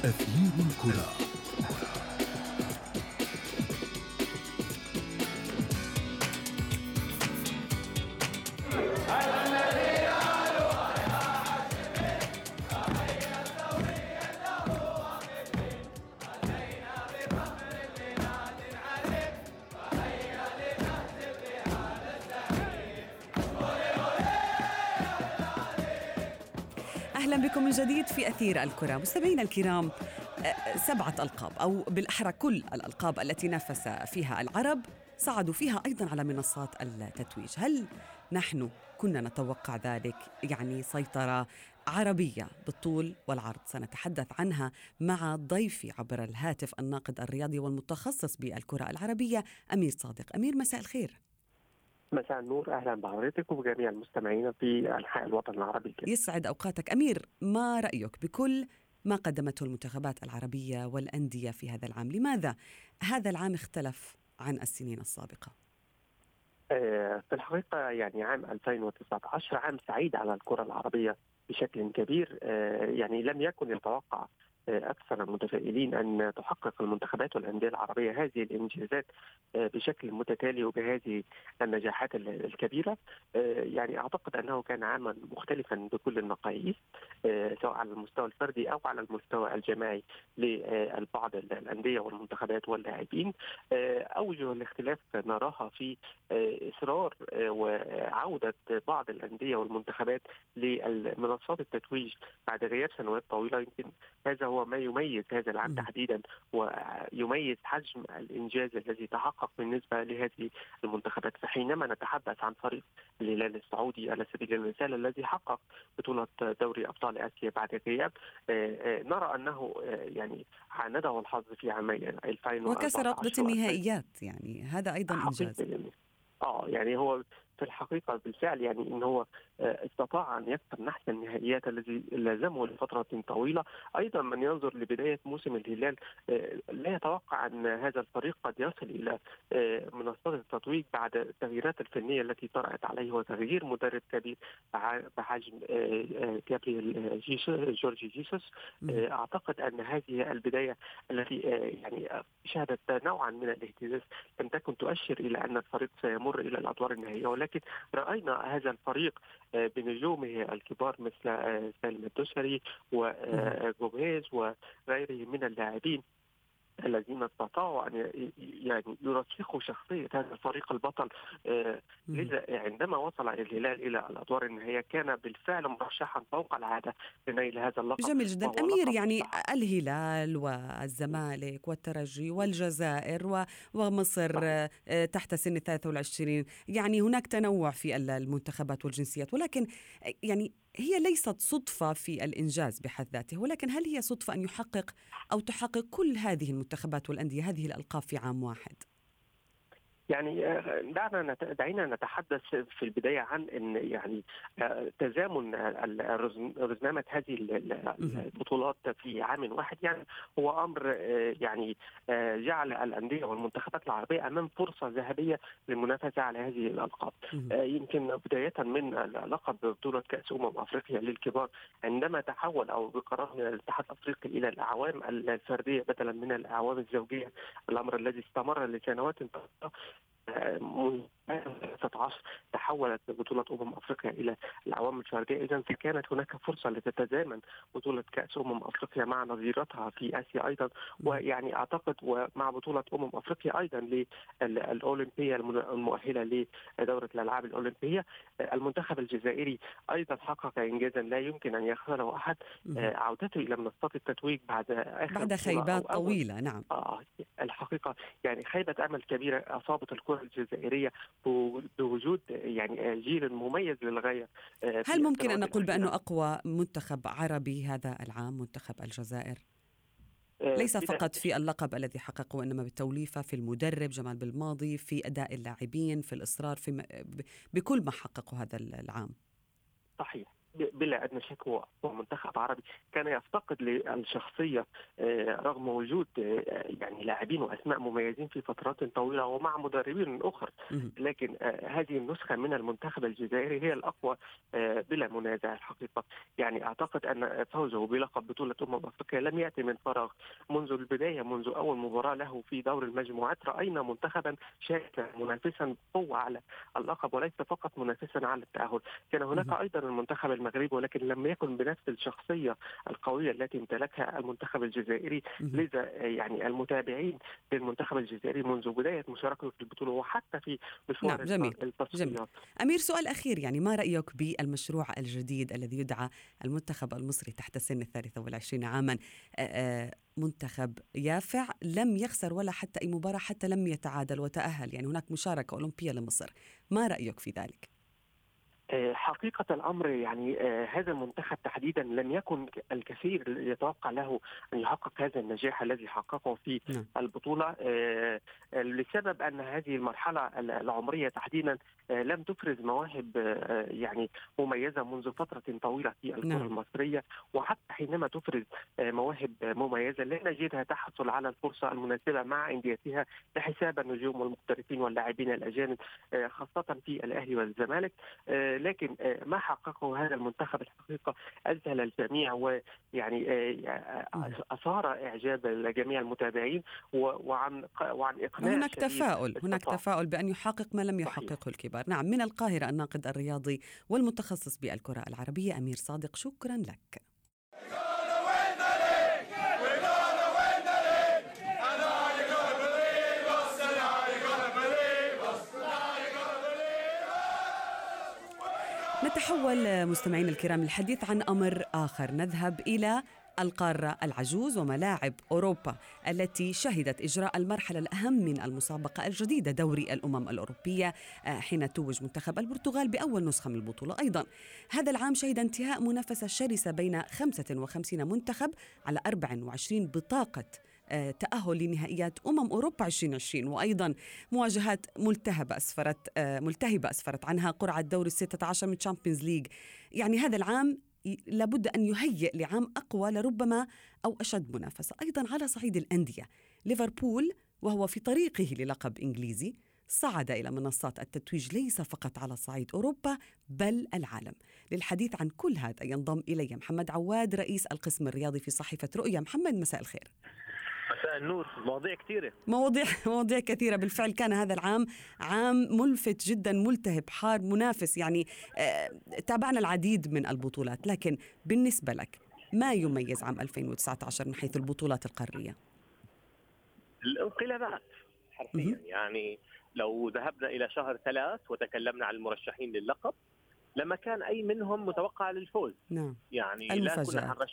أثير الكرة. أهلا بكم من جديد في أثير الكرة. مستمعينا الكرام، 7 ألقاب أو بالأحرى كل الألقاب التي نافس فيها العرب صعدوا فيها أيضا على منصات التتويج. هل نحن كنا نتوقع ذلك؟ يعني سيطرة عربية بالطول والعرض سنتحدث عنها مع ضيفي عبر الهاتف الناقد الرياضي والمتخصص بالكرة العربية أمير صادق. أمير، مساء الخير. مساء النور، أهلا بحضرتك وبجميع المستمعين في أنحاء الوطن العربي. يسعد أوقاتك. أمير، ما رأيك بكل ما قدمته المنتخبات العربية والأندية في هذا العام؟ لماذا هذا العام اختلف عن السنين السابقة؟ في الحقيقة يعني عام 2019 عام سعيد على الكرة العربية بشكل كبير. يعني لم يكن يتوقع أكثر المتفائلين أن تحقق المنتخبات والأندية العربية هذه الإنجازات بشكل متتالي وبهذه النجاحات الكبيرة. يعني أعتقد أنه كان عاما مختلفا بكل المقاييس، سواء على المستوى الفردي أو على المستوى الجماعي لبعض الأندية والمنتخبات واللاعبين. أوجه الاختلاف نراها في إصرار وعودة بعض الأندية والمنتخبات لمنصات التتويج بعد غياب سنوات طويلة. يمكن هذا هو ما يميز هذا العام تحديدا، ويميز حجم الإنجاز الذي تحقق بالنسبة لهذه المنتخبات. فحينما نتحدث عن فريق الهلال السعودي على سبيل المثال الذي حقق بطولة دوري أبطال آسيا بعد غياب، نرى أنه يعني عانده الحظ في عامي 2014 وكسر عقدة النهائيات، يعني هذا أيضا إنجاز. يعني هو في الحقيقة بالفعل يعني إن هو استطاع أن يكسر نحس النهائيات الذي لازمه لفترة طويلة. أيضا من ينظر لبداية موسم الهلال لا يتوقع أن هذا الفريق قد يصل إلى منصات التتويج بعد التغييرات الفنية التي طرأت عليه وتغيير مدرب كبير بحجم جابرييل جورجي جيسوس. أعتقد أن هذه البداية التي يعني شهدت نوعا من الاهتزاز لم تكن تؤشر إلى أن الفريق سيمر إلى الأدوار النهائية، ولكن رأينا هذا الفريق بنجومه الكبار مثل سالم الدوسري وجوميز وغيره من اللاعبين الذين استطاعوا أن يعني يرسخوا شخصية هذا الفريق البطل. لذا عندما وصل الهلال إلى الأدوار النهائية كان بالفعل مرشحا فوق العادة لنيل هذا اللقب. جميل جدا. أمير، يعني الهلال والزمالك والترجي والجزائر ومصر تحت سن 23، يعني هناك تنوع في المنتخبات والجنسيات، ولكن يعني هي ليست صدفة في الإنجاز بحد ذاته، ولكن هل هي صدفة أن يحقق أو تحقق كل هذه المنتخبات والأندية هذه الألقاب في عام واحد؟ يعني دعينا نتحدث في البداية عن أن يعني تزامن رزنامة هذه البطولات في عام واحد يعني هو أمر يعني جعل الأندية والمنتخبات العربية أمام فرصة ذهبية للمنافسة على هذه الألقاب. يمكن بداية من لقب بطولة كأس أفريقيا للكبار عندما تحول أو بقرار من الاتحاد الأفريقي إلى الأعوام الفردية بدلا من الأعوام الزوجية، الأمر الذي استمر لسنوات طويلة. 2019 تحولت بطولة أفريقيا إلى الأعوام الفردية. إذن كانت هناك فرصة لتتزامن بطولة كأس أفريقيا مع نظيرتها في آسيا أيضا، ويعني أعتقد ومع بطولة أفريقيا أيضا للأولمبية المؤهلة لدورة الألعاب الأولمبية. المنتخب الجزائري أيضا حقق إنجازا لا يمكن أن يخسره أحد، عودته إلى منصات التتويج بعد خيبات طويلة. نعم، الحقيقة يعني خيبة أمل كبيرة أصابت الكرة الجزائرية بوجود يعني جيل مميز للغاية. هل ممكن أن نقول بأنه أقوى منتخب عربي هذا العام منتخب الجزائر؟ ليس فقط في اللقب الذي حققه، وإنما بالتوليفة، في المدرب جمال بالماضي، في أداء اللاعبين، في الإصرار، بكل ما حققوا هذا العام. صحيح. بلا أدنى شك هو منتخب عربي كان يفتقد للشخصية رغم وجود يعني لاعبين وأسماء مميزين في فترات طويلة ومع مدربين أخر، لكن هذه النسخة من المنتخب الجزائري هي الأقوى بلا منازع الحقيقة. يعني أعتقد أن فوزه بلقب بطولة أفريقيا لم يأتي من فراغ. منذ البداية، منذ أول مباراة له في دور المجموعات، رأينا منتخبا شاركا منافسا بقوة على اللقب وليس فقط منافسا على التأهل. كان هناك أيضا المنتخب المغربي ولكن لم يكن بنفس الشخصية القوية التي امتلكها المنتخب الجزائري. لذا يعني المتابعين للمنتخب الجزائري منذ بداية مشاركته في البطولة وحتى في مشوار التصفيات. أمير، سؤال أخير، يعني ما رأيك بالمشروع الجديد الذي يدعى المنتخب المصري تحت سن 23 عاما؟ منتخب يافع لم يخسر ولا حتى أي مباراة، حتى لم يتعادل وتأهل، يعني هناك مشاركة أولمبية لمصر. ما رأيك في ذلك؟ حقيقة الأمر يعني هذا المنتخب تحديدا لم يكن الكثير يتوقع له أن يحقق هذا النجاح الذي حققه في البطولة، لسبب أن هذه المرحلة العمرية تحديدا لم تفرز مواهب يعني مميزة منذ فترة طويلة في الكرة المصرية، وحتى حينما تفرز مواهب مميزة لا نجدها تحصل على الفرصة المناسبة مع أنديتها لحساب النجوم والمحترفين واللاعبين الأجانب خاصة في الأهلي والزمالك. لكن ما حققه هذا المنتخب الحقيقة أذهل الجميع، ويعني أثار إعجاب جميع المتابعين وعن إقناع هناك تفاؤل بأن يحقق ما لم يحققه الكبار. نعم، من القاهرة الناقد الرياضي والمتخصص بالكرة العربية أمير صادق، شكرا لك. نتحول مستمعين الكرام الحديث عن أمر آخر، نذهب إلى القارة العجوز وملاعب أوروبا التي شهدت إجراء المرحلة الأهم من المسابقة الجديدة دوري الأمم الأوروبية، حين توج منتخب البرتغال بأول نسخة من البطولة. أيضا هذا العام شهد انتهاء منافسة شرسة بين 55 منتخب على 24 بطاقة تأهل لنهائيات أوروبا 2020، وأيضا مواجهات ملتهبة أسفرت عنها قرعة دور 16 من تشامبيونز ليج. يعني هذا العام لابد أن يهيئ لعام أقوى لربما أو أشد منافسة. أيضا على صعيد الأندية، ليفربول وهو في طريقه للقب إنجليزي صعد إلى منصات التتويج ليس فقط على صعيد أوروبا بل العالم. للحديث عن كل هذا ينضم إلي محمد عواد رئيس القسم الرياضي في صحيفة رؤيا. محمد، مساء الخير. مساء النور. مواضيع كثيرة، مواضيع كثيرة بالفعل. كان هذا العام عام ملفت جدا، ملتهب، حار، منافس، يعني تابعنا العديد من البطولات. لكن بالنسبة لك ما يميز عام 2019 من حيث البطولات القارية؟ الانقلابات حرفيا. يعني لو ذهبنا إلى شهر 3 وتكلمنا عن المرشحين للقب لما كان أي منهم متوقع للفوز. يعني لا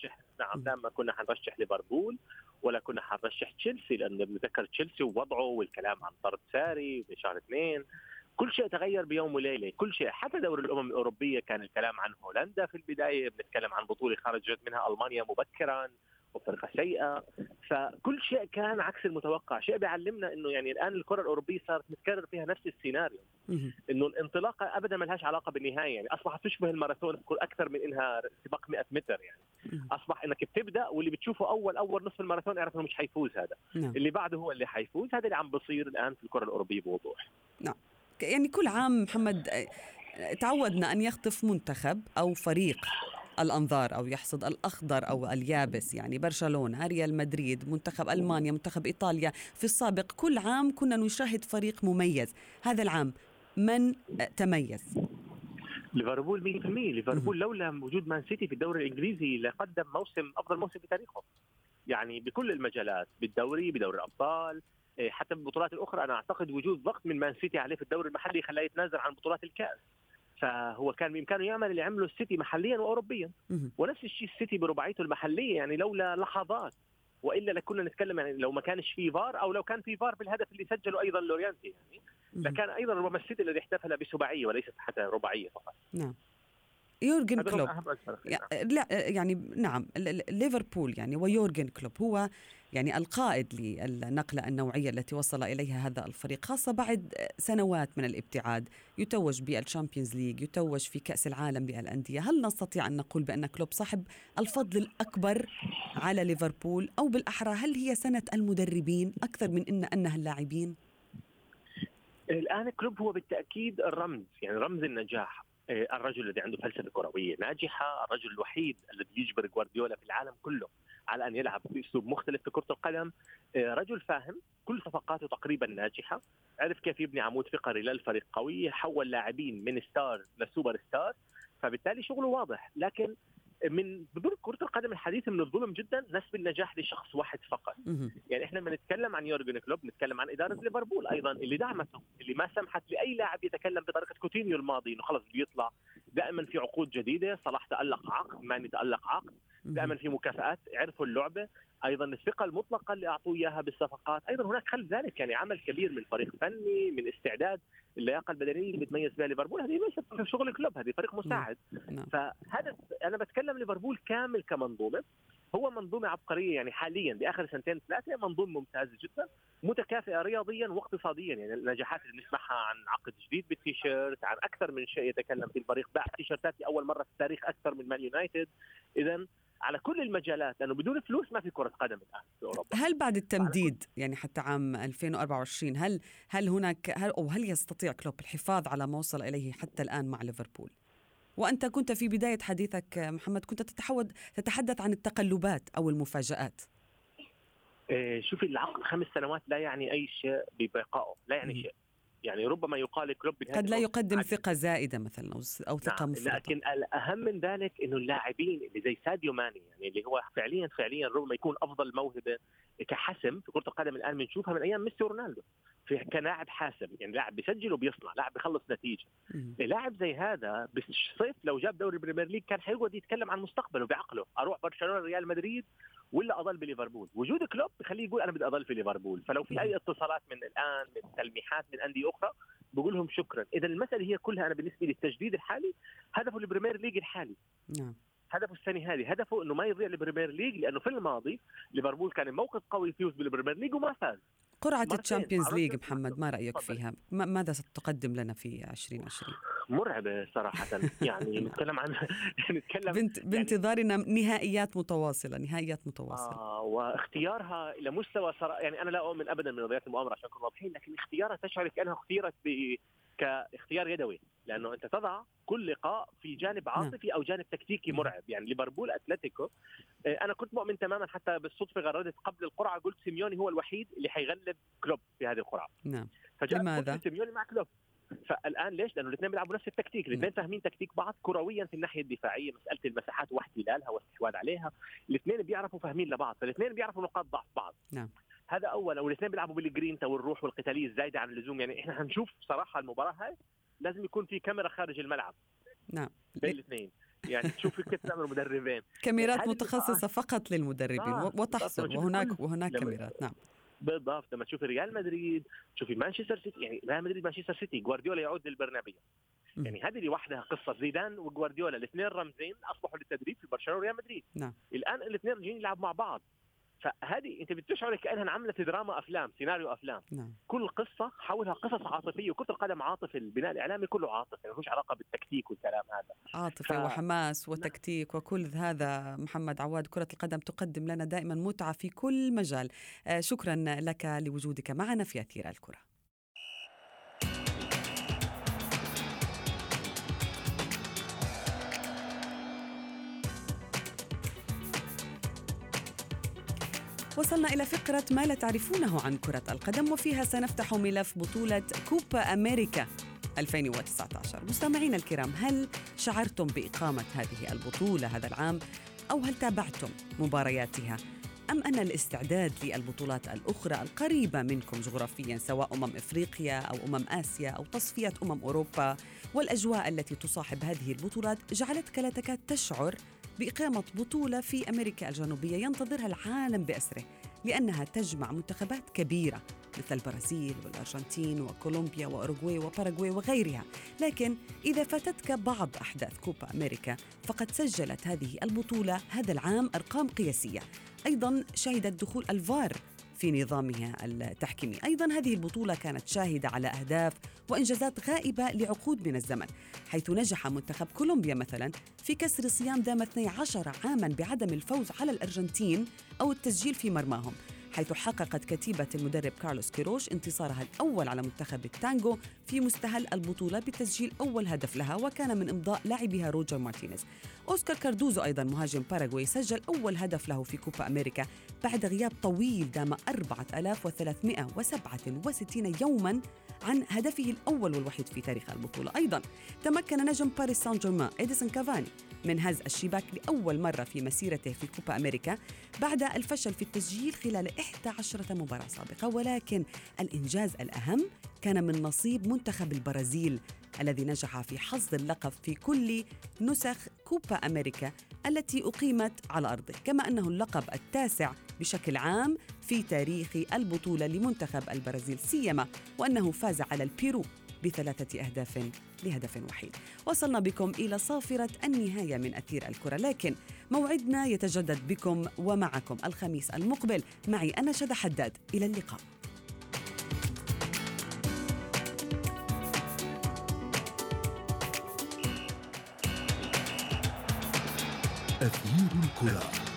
كنا حنرشح ليفربول ولا كنا حنرشح تشيلسي، لأن بنتذكر تشيلسي ووضعه والكلام عن طرد ساري في شهر 2. كل شيء تغير بيوم وليلة، كل شيء. حتى دوري الأمم الأوروبية كان الكلام عن هولندا في البداية، بنتكلم عن بطولة خرجت منها ألمانيا مبكرا وفرقة سيئة. فكل شيء كان عكس المتوقع. شيء بيعلمنا إنه يعني الآن الكرة الأوروبية صارت متكرر فيها نفس السيناريو، إنه الانطلاقة أبدا ما لهاش علاقة بالنهاية. يعني أصبحت تشبه الماراثون أكثر من إنها سباق 100 متر. يعني أصبح إنك بتبدأ واللي بتشوفه أول نصف الماراثون اعرف إنه مش حيفوز هذا. اللي بعده هو اللي حيفوز. هذا اللي عم بصير الآن في الكرة الأوروبية بوضوح. يعني كل عام محمد تعودنا أن يخطف منتخب أو فريق الأنظار أو يحصد الأخضر أو اليابس، يعني برشلونة، ريال مدريد، منتخب ألمانيا، منتخب إيطاليا. في السابق كل عام كنا نشاهد فريق مميز. هذا العام من تميز؟ ليفربول 100%. ليفربول لولا وجود مان سيتي في الدوري الإنجليزي لقدم أفضل موسم في تاريخه، يعني بكل المجالات، بالدوري، بدوري الأبطال، حتى بالبطولات الأخرى. أنا أعتقد وجود ضغط من مان سيتي عليه في الدوري المحلي خلاه يتنازل عن بطولات الكأس. فهو كان بإمكانه يعمل اللي عمله السيتي محليا وأوروبيا. ونفس الشيء السيتي برباعيته المحلية، يعني لولا لحظات وإلا لكنا نتكلم، يعني لو ما كانش فيه فار أو لو كان فيه فار بالهدف اللي سجله أيضا لوريانتي، يعني لكان أيضا ربما السيتي الذي احتفل بسباعية وليست حتى رباعية فقط. نعم. يورجن كلوب، لا يعني نعم، ليفربول يعني ويورجن كلوب هو يعني القائد للنقلة النوعية التي وصل إليها هذا الفريق، خاصة بعد سنوات من الابتعاد، يتوج بالشامبيونز ليج، يتوج في كأس العالم للأندية. هل نستطيع أن نقول بأن كلوب صاحب الفضل الأكبر على ليفربول، أو بالأحرى هل هي سنة المدربين أكثر من أنها اللاعبين؟ الآن كلوب هو بالتأكيد الرمز، يعني رمز النجاح، الرجل الذي عنده فلسفة كروية ناجحة، الرجل الوحيد الذي يجبر غوارديولا في العالم كله على أن يلعب بأسلوب مختلف في كرة القدم، رجل فاهم، كل صفقاته تقريبا ناجحة، عرف كيف يبني عمود فقري للفريق قوي، حول لاعبين من ستار لسوبر ستار، فبالتالي شغله واضح. لكن من بدون كرة القدم الحديثة من الظلم جدا نسب النجاح لشخص واحد فقط. يعني احنا لما نتكلم عن يورجن كلوب نتكلم عن إدارة ليفربول أيضا اللي دعمته، اللي ما سمحت لأي لاعب يتكلم بطريقة كوتينيو الماضي إنه خلص بيطلع، دائما في عقود جديدة، صلاح تألق عقد، ماني تألق عقد، دائما في مكافآت، عرفوا اللعبة، ايضا الثقه المطلقه اللي اعطوه اياها بالصفقات، ايضا هناك خلف ذلك يعني عمل كبير من فريق فني، من استعداد، اللياقه البدنيه اللي بتميز بها ليفربول، هذه ليست في شغل كلوب، هذه فريق مساعد. فهذا انا بتكلم ليفربول كامل كمنظومه، هو منظومه عبقريه يعني حاليا باخر سنتين ثلاثه منظومه ممتازه جدا، متكافئه رياضيا واقتصاديا، يعني النجاحات اللي بنسمعها عن عقد جديد بالتيشيرت، عن اكثر من شيء يتكلم في الفريق، باع تيشيرتات لاول مره في التاريخ اكثر من مان يونايتد، اذا على كل المجالات، لأنه بدون فلوس ما في كرة قدم الآن في أوروبا. هل بعد التمديد يعني حتى عام 2024 هل هناك هل يستطيع كلوب الحفاظ على ما وصل إليه حتى الآن مع ليفربول؟ وأنت كنت في بداية حديثك محمد كنت تتحدث عن التقلبات أو المفاجآت. شوفي العقد 5 سنوات لا يعني أي شيء ببقائه، لا يعني شيء. يعني ربما يقال كلوب قد لا يقدم ثقة زائدة مثلا أو ثقة مفرطة. لكن الأهم من ذلك إنه اللاعبين اللي زي ساديو ماني، يعني اللي هو فعليا ربما يكون أفضل موهبة كحسم في كرة القدم الآن بنشوفها من أيام ميسي ورونالدو، كلاعب حاسم، يعني لاعب بيسجل وبيصنع، لاعب بيخلص نتيجة. لاعب زي هذا بالصيف لو جاب دوري بريمير ليج كان حيقعد يتكلم عن مستقبله بعقله، أروح برشلونة ريال مدريد ولا أضل بليفربول. وجود كلوب بخليه يقول أنا بدي أضل في ليفربول. فلو في أي اتصالات من الآن من تلميحات من أندية أخرى بقول لهم شكرا. إذا المسألة هي كلها أنا بالنسبة لي التجديد الحالي، هدفه البريمير ليج الحالي. هدفه السنة هذه، هدفه إنه ما يضيع البريمير ليج، لأنه في الماضي ليفربول كان موقف قوي يفوز بالبريمير ليج وما فاز. قرعة الشامبيونز ليج محمد ما رأيك فيها؟ ماذا ستقدم لنا في 2020؟ مرعبة صراحة، يعني نتكلم عن بانتظارنا نهائيات متواصلة. واختيارها إلى مستوى يعني أنا لا أؤمن أبدا من نظريات المؤامرة عشان نكون واضحين، لكن اختيارها تشعر كأنها اختيرت كاختيار يدوي، لأنه أنت تضع كل لقاء في جانب عاطفي أو جانب تكتيكي مرعب. يعني ليفربول أتلتيكو، أنا كنت مؤمن تماما، حتى بالصدفة غردت قبل القرعة قلت سيميوني هو الوحيد اللي حيغلب كلوب في هذه القرعة. لماذا؟ سيميوني مع كلوب. فالآن ليش؟ لأنه الاثنين بيلعبوا نفس التكتيك، الاثنين فاهمين تكتيك بعض كرويا في الناحية الدفاعية، مسألة المساحات واحتلالها واستحواذ عليها، الاثنين بيعرفوا فاهمين لبعض، فالاثنين بيعرفوا نقاط ضعف بعض. هذا أول. أو الاثنين بيلعبوا بالجرينتا والروح والقتالية الزايدة عن اللزوم. يعني إحنا هنشوف صراحة المباراة هاي لازم يكون في كاميرا خارج الملعب بين الاثنين، يعني تشوف كيف تعمل المدربين كاميرات متخصصة فقط للمدربين وتحصل وهناك كاميرات. بالضبط. لما تشوفي ريال مدريد، تشوفي مانشستر سيتي، يعني ريال مدريد مانشستر سيتي، غوارديولا يعود للبرنابيو، يعني هذه لوحدها قصة. زيدان وغوارديولا الاثنين رمزين أصبحوا للتدريب في برشلونة وريال مدريد. الآن الاثنين راجعين يلعبوا مع بعض، فهذه انت بتشعر كأنها انعملت دراما افلام، سيناريو افلام. كل قصه حولها قصص عاطفيه، وكرة القدم عاطفه، البناء الاعلامي كله عاطفه، ما لهوش علاقه بالتكتيك والكلام هذا، عاطفه وحماس وتكتيك وكل هذا. محمد عواد، كرة القدم تقدم لنا دائما متعه في كل مجال. شكرا لك لوجودك معنا في أثير الكرة. وصلنا إلى فقرة ما لا تعرفونه عن كرة القدم، وفيها سنفتح ملف بطولة كوبا أمريكا 2019. مستمعينا الكرام، هل شعرتم بإقامة هذه البطولة هذا العام، أو هل تابعتم مبارياتها، أم أن الاستعداد للبطولات الأخرى القريبة منكم جغرافياً، سواء إفريقيا أو آسيا أو تصفية أوروبا، والأجواء التي تصاحب هذه البطولات جعلتك لا تكاد تشعر بإقامة بطولة في أمريكا الجنوبية ينتظرها العالم بأسره، لأنها تجمع منتخبات كبيرة مثل البرازيل والأرجنتين وكولومبيا وأوروغواي وباراغواي وغيرها. لكن إذا فاتتك بعض أحداث كوبا أمريكا فقد سجلت هذه البطولة هذا العام أرقام قياسية. أيضاً شهدت دخول الفار في نظامها التحكيمي. أيضاً هذه البطولة كانت شاهدة على أهداف وإنجازات غائبة لعقود من الزمن، حيث نجح منتخب كولومبيا مثلاً في كسر صيام دام 12 عاماً بعدم الفوز على الأرجنتين أو التسجيل في مرماهم، حيث حققت كتيبة المدرب كارلوس كيروش انتصارها الأول على منتخب التانغو في مستهل البطولة بتسجيل أول هدف لها، وكان من إمضاء لاعبها روجر مارتينيز. أوسكار كاردوزو أيضاً مهاجم باراغواي سجل أول هدف له في كوبا أمريكا بعد غياب طويل دام 4367 يوماً عن هدفه الأول والوحيد في تاريخ البطولة. أيضاً تمكن نجم باريس سان جيرمان إديسون كافاني من هز الشباك لأول مرة في مسيرته في كوبا أمريكا بعد الفشل في التسجيل خلال 11 مباراة سابقة. ولكن الإنجاز الأهم كان من نصيب منتخب البرازيل الذي نجح في حصد اللقب في كل نسخ كوبا أمريكا التي أقيمت على أرضه، كما أنه اللقب التاسع بشكل عام في تاريخ البطولة لمنتخب البرازيل، سيما وأنه فاز على البيرو ب3 أهداف لهدف وحيد. وصلنا بكم إلى صافرة النهاية من أثير الكرة، لكن موعدنا يتجدد بكم ومعكم الخميس المقبل. معي أنا شذى حداد، إلى اللقاء. أثير الكرة.